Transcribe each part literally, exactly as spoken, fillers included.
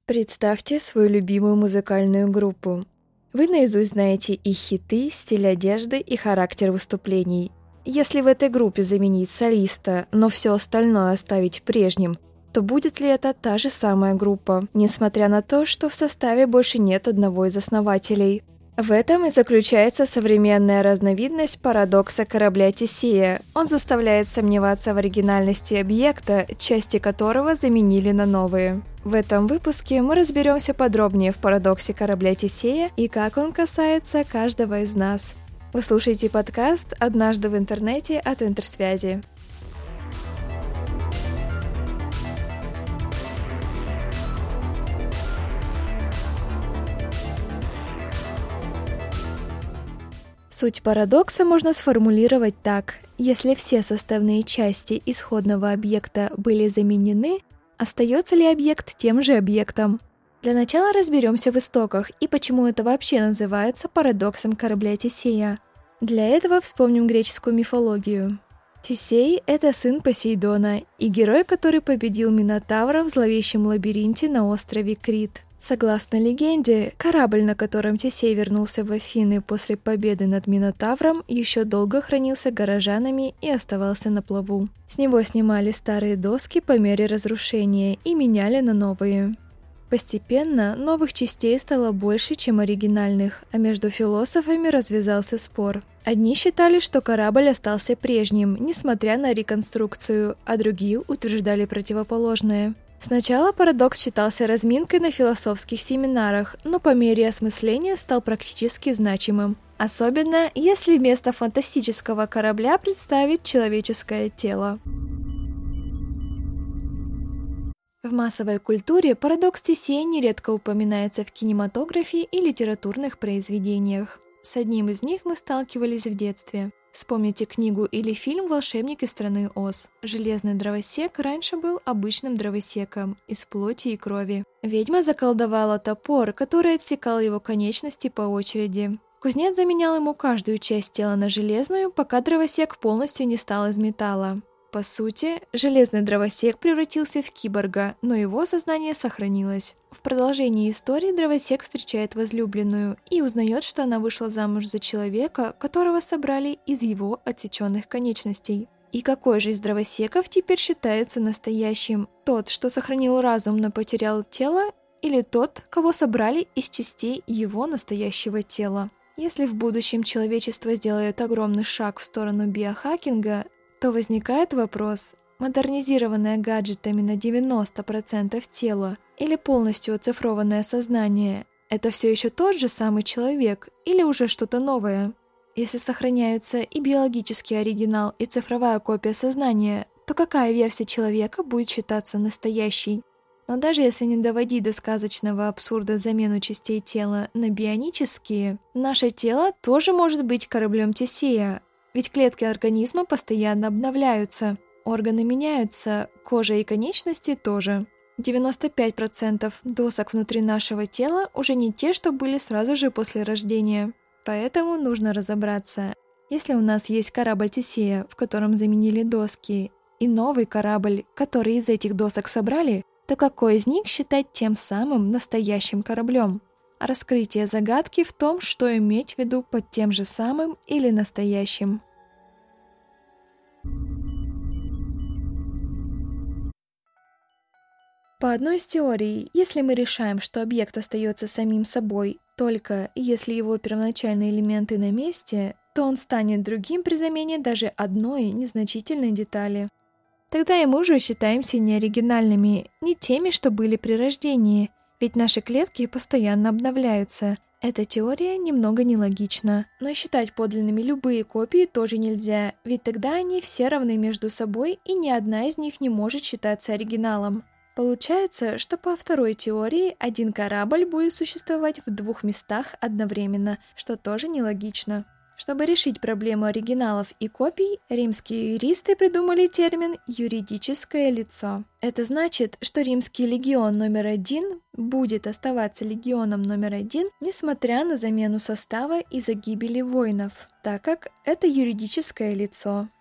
Представьте свою любимую музыкальную группу. Вы наизусть знаете их хиты, стиль одежды и характер выступлений. Если в этой группе заменить солиста, но все остальное оставить прежним, то будет ли это та же самая группа, несмотря на то, что в составе больше нет одного из основателей? В этом и заключается современная разновидность парадокса корабля Тесея. Он заставляет сомневаться в оригинальности объекта, части которого заменили на новые. В этом выпуске мы разберемся подробнее в парадоксе корабля Тесея и как он касается каждого из нас. Вы слушаете подкаст «Однажды в интернете» от Интерсвязи. Суть парадокса можно сформулировать так: если все составные части исходного объекта были заменены, остается ли объект тем же объектом? Для начала разберемся в истоках и почему это вообще называется парадоксом корабля Тесея. Для этого вспомним греческую мифологию. Тесей – это сын Посейдона и герой, который победил Минотавра в зловещем лабиринте на острове Крит. Согласно легенде, корабль, на котором Тесей вернулся в Афины после победы над Минотавром, еще долго хранился горожанами и оставался на плаву. С него снимали старые доски по мере разрушения и меняли на новые. Постепенно новых частей стало больше, чем оригинальных, а между философами развязался спор. Одни считали, что корабль остался прежним, несмотря на реконструкцию, а другие утверждали противоположное. Сначала парадокс считался разминкой на философских семинарах, но по мере осмысления стал практически значимым. Особенно, если вместо фантастического корабля представить человеческое тело. В массовой культуре парадокс Тесея нередко упоминается в кинематографе и литературных произведениях. С одним из них мы сталкивались в детстве. Вспомните книгу или фильм «Волшебник из страны Оз». Железный дровосек раньше был обычным дровосеком, из плоти и крови. Ведьма заколдовала топор, который отсекал его конечности по очереди. Кузнец заменял ему каждую часть тела на железную, пока дровосек полностью не стал из металла. По сути, железный дровосек превратился в киборга, но его сознание сохранилось. В продолжении истории дровосек встречает возлюбленную и узнает, что она вышла замуж за человека, которого собрали из его отсеченных конечностей. И какой же из дровосеков теперь считается настоящим? Тот, что сохранил разум, но потерял тело, или тот, кого собрали из частей его настоящего тела? Если в будущем человечество сделает огромный шаг в сторону биохакинга, то возникает вопрос: модернизированное гаджетами на девяносто процентов тело или полностью оцифрованное сознание – это все еще тот же самый человек или уже что-то новое? Если сохраняются и биологический оригинал, и цифровая копия сознания, то какая версия человека будет считаться настоящей? Но даже если не доводить до сказочного абсурда замену частей тела на бионические, наше тело тоже может быть кораблем Тесея. Ведь клетки организма постоянно обновляются, органы меняются, кожа и конечности тоже. девяносто пять процентов досок внутри нашего тела уже не те, что были сразу же после рождения. Поэтому нужно разобраться. Если у нас есть корабль Тесея, в котором заменили доски, и новый корабль, который из этих досок собрали, то какой из них считать тем самым настоящим кораблем? Раскрытие загадки в том, что иметь в виду под тем же самым или настоящим. По одной из теорий, если мы решаем, что объект остается самим собой, только если его первоначальные элементы на месте, то он станет другим при замене даже одной незначительной детали. Тогда и мы уже считаемся неоригинальными, не теми, что были при рождении, ведь наши клетки постоянно обновляются. Эта теория немного нелогична, но считать подлинными любые копии тоже нельзя, ведь тогда они все равны между собой и ни одна из них не может считаться оригиналом. Получается, что по второй теории один корабль будет существовать в двух местах одновременно, что тоже нелогично. Чтобы решить проблему оригиналов и копий, римские юристы придумали термин «юридическое лицо». Это значит, что римский легион номер один будет оставаться легионом номер один, несмотря на замену состава из-за гибели воинов, так как это юридическое лицо.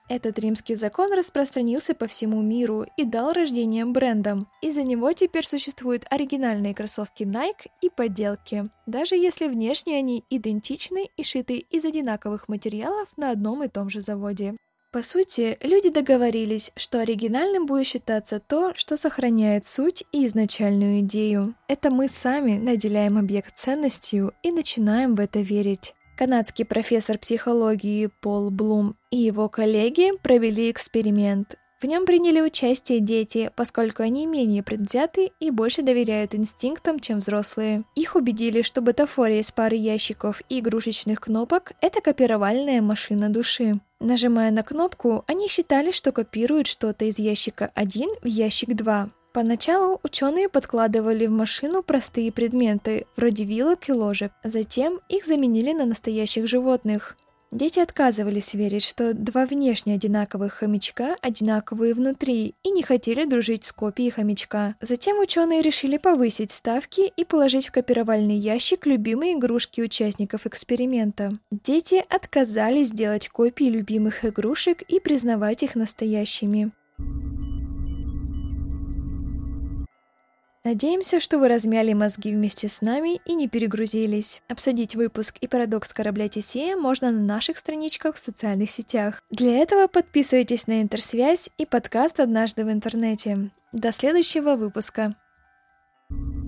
Этот римский закон распространился по всему миру и дал рождение брендам. Из-за него теперь существуют оригинальные кроссовки Nike и подделки, даже если внешне они идентичны и шиты из одинаковых материалов на одном и том же заводе. По сути, люди договорились, что оригинальным будет считаться то, что сохраняет суть и изначальную идею. Это мы сами наделяем объект ценностью и начинаем в это верить. Канадский профессор психологии Пол Блум и его коллеги провели эксперимент. В нем приняли участие дети, поскольку они менее предвзяты и больше доверяют инстинктам, чем взрослые. Их убедили, что бутафория из пары ящиков и игрушечных кнопок – это копировальная машина души. Нажимая на кнопку, они считали, что копируют что-то из ящика один в ящик два. Поначалу ученые подкладывали в машину простые предметы, вроде вилок и ложек, затем их заменили на настоящих животных. Дети отказывались верить, что два внешне одинаковых хомячка одинаковые внутри, и не хотели дружить с копией хомячка. Затем ученые решили повысить ставки и положить в копировальный ящик любимые игрушки участников эксперимента. Дети отказались делать копии любимых игрушек и признавать их настоящими. Надеемся, что вы размяли мозги вместе с нами и не перегрузились. Обсудить выпуск и парадокс корабля Тесея можно на наших страничках в социальных сетях. Для этого подписывайтесь на Интерсвязь и подкаст «Однажды в интернете». До следующего выпуска!